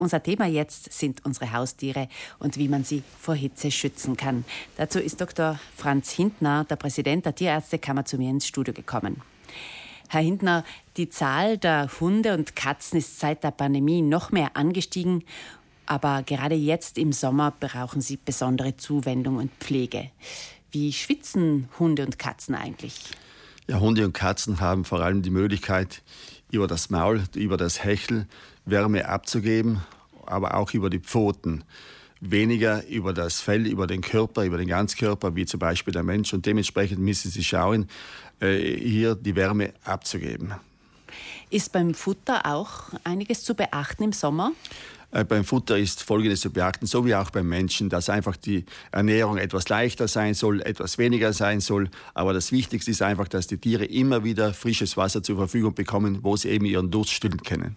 Unser Thema jetzt sind unsere Haustiere und wie man sie vor Hitze schützen kann. Dazu ist Dr. Franz Hintner, der Präsident der Tierärztekammer, zu mir ins Studio gekommen. Herr Hintner, die Zahl der Hunde und Katzen ist seit der Pandemie noch mehr angestiegen, aber gerade jetzt im Sommer brauchen sie besondere Zuwendung und Pflege. Wie schwitzen Hunde und Katzen eigentlich? Ja, Hunde und Katzen haben vor allem die Möglichkeit, über das Maul, über das Hecheln Wärme abzugeben, aber auch über die Pfoten. Weniger über das Fell, über den Körper, über den Ganzkörper, wie zum Beispiel der Mensch. Und dementsprechend müssen sie schauen, hier die Wärme abzugeben. Ist beim Futter auch einiges zu beachten im Sommer? Beim Futter ist Folgendes zu beachten, so wie auch beim Menschen, dass einfach die Ernährung etwas leichter sein soll, etwas weniger sein soll. Aber das Wichtigste ist einfach, dass die Tiere immer wieder frisches Wasser zur Verfügung bekommen, wo sie eben ihren Durst stillen können.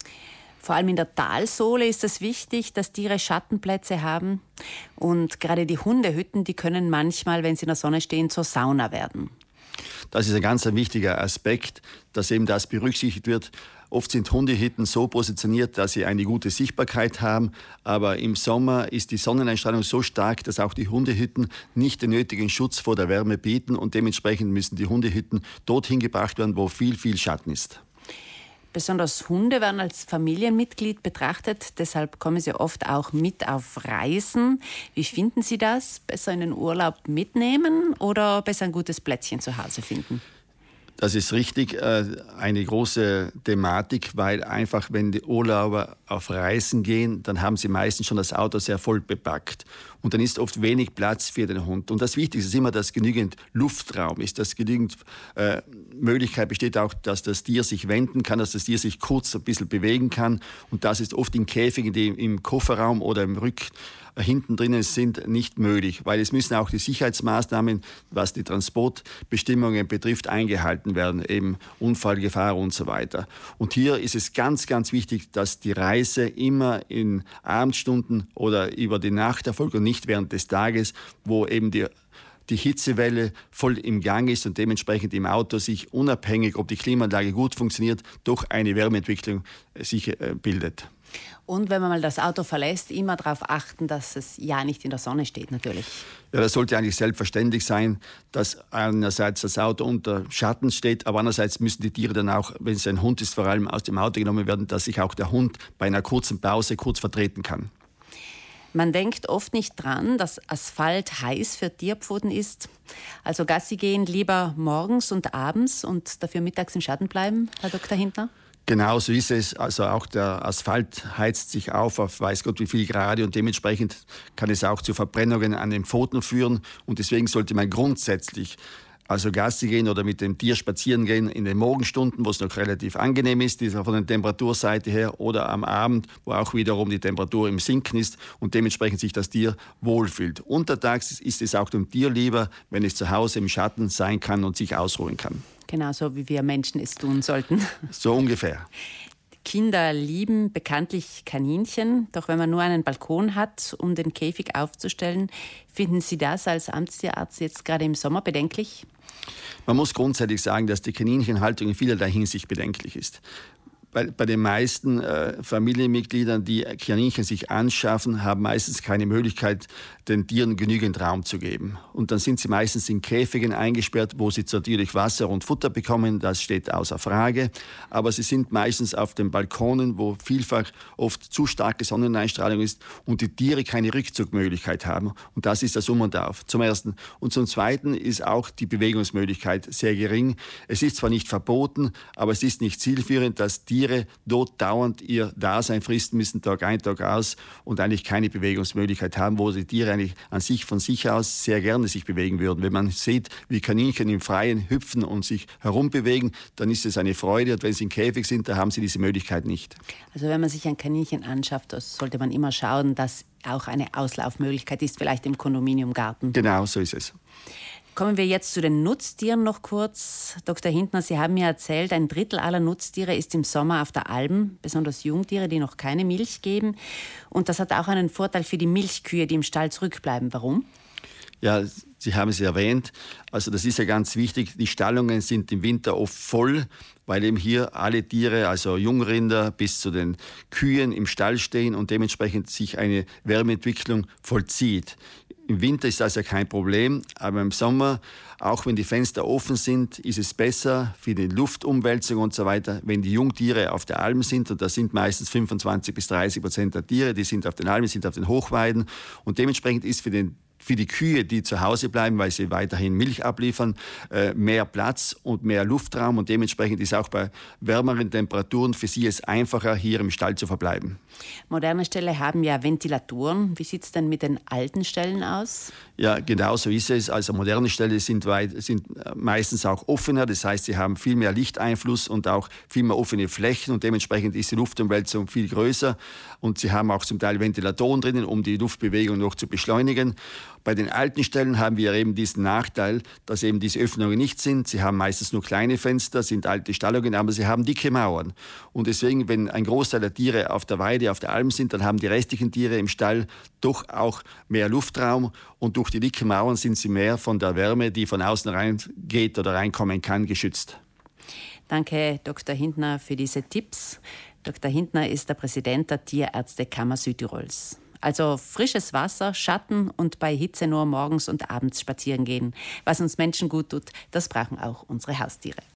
Vor allem in der Talsohle ist es wichtig, dass Tiere Schattenplätze haben. Und gerade die Hundehütten, die können manchmal, wenn sie in der Sonne stehen, zur Sauna werden. Das ist ein ganz wichtiger Aspekt, dass eben das berücksichtigt wird. Oft sind Hundehütten so positioniert, dass sie eine gute Sichtbarkeit haben. Aber im Sommer ist die Sonneneinstrahlung so stark, dass auch die Hundehütten nicht den nötigen Schutz vor der Wärme bieten. Und dementsprechend müssen die Hundehütten dorthin gebracht werden, wo viel Schatten ist. Besonders Hunde werden als Familienmitglied betrachtet. Deshalb kommen sie oft auch mit auf Reisen. Wie finden Sie das? Besser in den Urlaub mitnehmen oder besser ein gutes Plätzchen zu Hause finden? Das ist richtig, eine große Thematik, weil einfach, wenn die Urlauber auf Reisen gehen, dann haben sie meistens schon das Auto sehr voll bepackt. Und dann ist oft wenig Platz für den Hund. Und das Wichtigste ist immer, dass genügend Luftraum ist, dass genügend Möglichkeit besteht auch, dass das Tier sich wenden kann, dass das Tier sich kurz ein bisschen bewegen kann. Und das ist oft in Käfigen, die im Kofferraum oder im hinten drinnen sind, nicht möglich, weil es müssen auch die Sicherheitsmaßnahmen, was die Transportbestimmungen betrifft, eingehalten werden, eben Unfallgefahr und so weiter. Und hier ist es ganz wichtig, dass die Reise immer in Abendstunden oder über die Nacht erfolgt und nicht während des Tages, wo eben die Hitzewelle voll im Gang ist und dementsprechend im Auto sich unabhängig, ob die Klimaanlage gut funktioniert, doch eine Wärmeentwicklung sich bildet. Und wenn man mal das Auto verlässt, immer darauf achten, dass es ja nicht in der Sonne steht, natürlich. Ja, das sollte eigentlich selbstverständlich sein, dass einerseits das Auto unter Schatten steht, aber andererseits müssen die Tiere dann auch, wenn es ein Hund ist, vor allem aus dem Auto genommen werden, dass sich auch der Hund bei einer kurzen Pause kurz vertreten kann. Man denkt oft nicht dran, dass Asphalt heiß für Tierpfoten ist. Also Gassi gehen lieber morgens und abends und dafür mittags im Schatten bleiben, Herr Dr. Hintner? Genau so ist es. Also auch der Asphalt heizt sich auf weiß Gott wie viel Grad und dementsprechend kann es auch zu Verbrennungen an den Pfoten führen. Und deswegen sollte man grundsätzlich also Gassi gehen oder mit dem Tier spazieren gehen in den Morgenstunden, wo es noch relativ angenehm ist, von der Temperaturseite her, oder am Abend, wo auch wiederum die Temperatur im Sinken ist und dementsprechend sich das Tier wohlfühlt. Untertags ist es auch dem Tier lieber, wenn es zu Hause im Schatten sein kann und sich ausruhen kann. Genauso wie wir Menschen es tun sollten. So ungefähr. Kinder lieben bekanntlich Kaninchen, doch wenn man nur einen Balkon hat, um den Käfig aufzustellen, finden Sie das als Amtstierarzt jetzt gerade im Sommer bedenklich? Man muss grundsätzlich sagen, dass die Kaninchenhaltung in vielerlei Hinsicht bedenklich ist. Bei den meisten Familienmitgliedern, die Kaninchen sich anschaffen, haben meistens keine Möglichkeit, den Tieren genügend Raum zu geben. Und dann sind sie meistens in Käfigen eingesperrt, wo sie natürlich Wasser und Futter bekommen. Das steht außer Frage. Aber sie sind meistens auf den Balkonen, wo vielfach oft zu starke Sonneneinstrahlung ist und die Tiere keine Rückzugmöglichkeit haben. Und das ist das Um und Auf, zum Ersten. Und zum Zweiten ist auch die Bewegungsmöglichkeit sehr gering. Es ist zwar nicht verboten, aber es ist nicht zielführend, dass Tiere dort dauernd ihr Dasein fristen müssen, Tag ein, Tag aus, und eigentlich keine Bewegungsmöglichkeit haben, wo die Tiere eigentlich an sich von sich aus sehr gerne sich bewegen würden. Wenn man sieht, wie Kaninchen im Freien hüpfen und sich herumbewegen, dann ist es eine Freude. Und wenn sie im Käfig sind, da haben sie diese Möglichkeit nicht. Also wenn man sich ein Kaninchen anschafft, sollte man immer schauen, dass auch eine Auslaufmöglichkeit ist, vielleicht im Kondominiumgarten. Genau, so ist es. Kommen wir jetzt zu den Nutztieren noch kurz. Dr. Hintner, Sie haben mir erzählt, 1/3 aller Nutztiere ist im Sommer auf der Alm, besonders Jungtiere, die noch keine Milch geben. Und das hat auch einen Vorteil für die Milchkühe, die im Stall zurückbleiben. Warum? Ja, Sie haben es erwähnt. Also das ist ja ganz wichtig. Die Stallungen sind im Winter oft voll, weil eben hier alle Tiere, also Jungrinder bis zu den Kühen im Stall stehen und dementsprechend sich eine Wärmeentwicklung vollzieht. Im Winter ist das ja kein Problem, aber im Sommer, auch wenn die Fenster offen sind, ist es besser für die Luftumwälzung und so weiter, wenn die Jungtiere auf der Alm sind. Und das sind meistens 25-30% der Tiere, die sind auf den Almen, sind auf den Hochweiden. Und dementsprechend ist für die Kühe, die zu Hause bleiben, weil sie weiterhin Milch abliefern, mehr Platz und mehr Luftraum. Und dementsprechend ist auch bei wärmeren Temperaturen für sie es einfacher, hier im Stall zu verbleiben. Moderne Ställe haben ja Ventilatoren. Wie sieht es denn mit den alten Ställen aus? Ja, genau so ist es. Also moderne Ställe sind meistens auch offener. Das heißt, sie haben viel mehr Lichteinfluss und auch viel mehr offene Flächen. Und dementsprechend ist die Luftumwälzung viel größer. Und sie haben auch zum Teil Ventilatoren drinnen, um die Luftbewegung noch zu beschleunigen. Bei den alten Ställen haben wir eben diesen Nachteil, dass eben diese Öffnungen nicht sind. Sie haben meistens nur kleine Fenster, sind alte Stallungen, aber sie haben dicke Mauern. Und deswegen, wenn ein Großteil der Tiere auf der Weide, auf der Alm sind, dann haben die restlichen Tiere im Stall doch auch mehr Luftraum. Und durch die dicken Mauern sind sie mehr von der Wärme, die von außen reingeht oder reinkommen kann, geschützt. Danke, Dr. Hintner, für diese Tipps. Dr. Hintner ist der Präsident der Tierärztekammer Südtirols. Also frisches Wasser, Schatten und bei Hitze nur morgens und abends spazieren gehen. Was uns Menschen gut tut, das brauchen auch unsere Haustiere.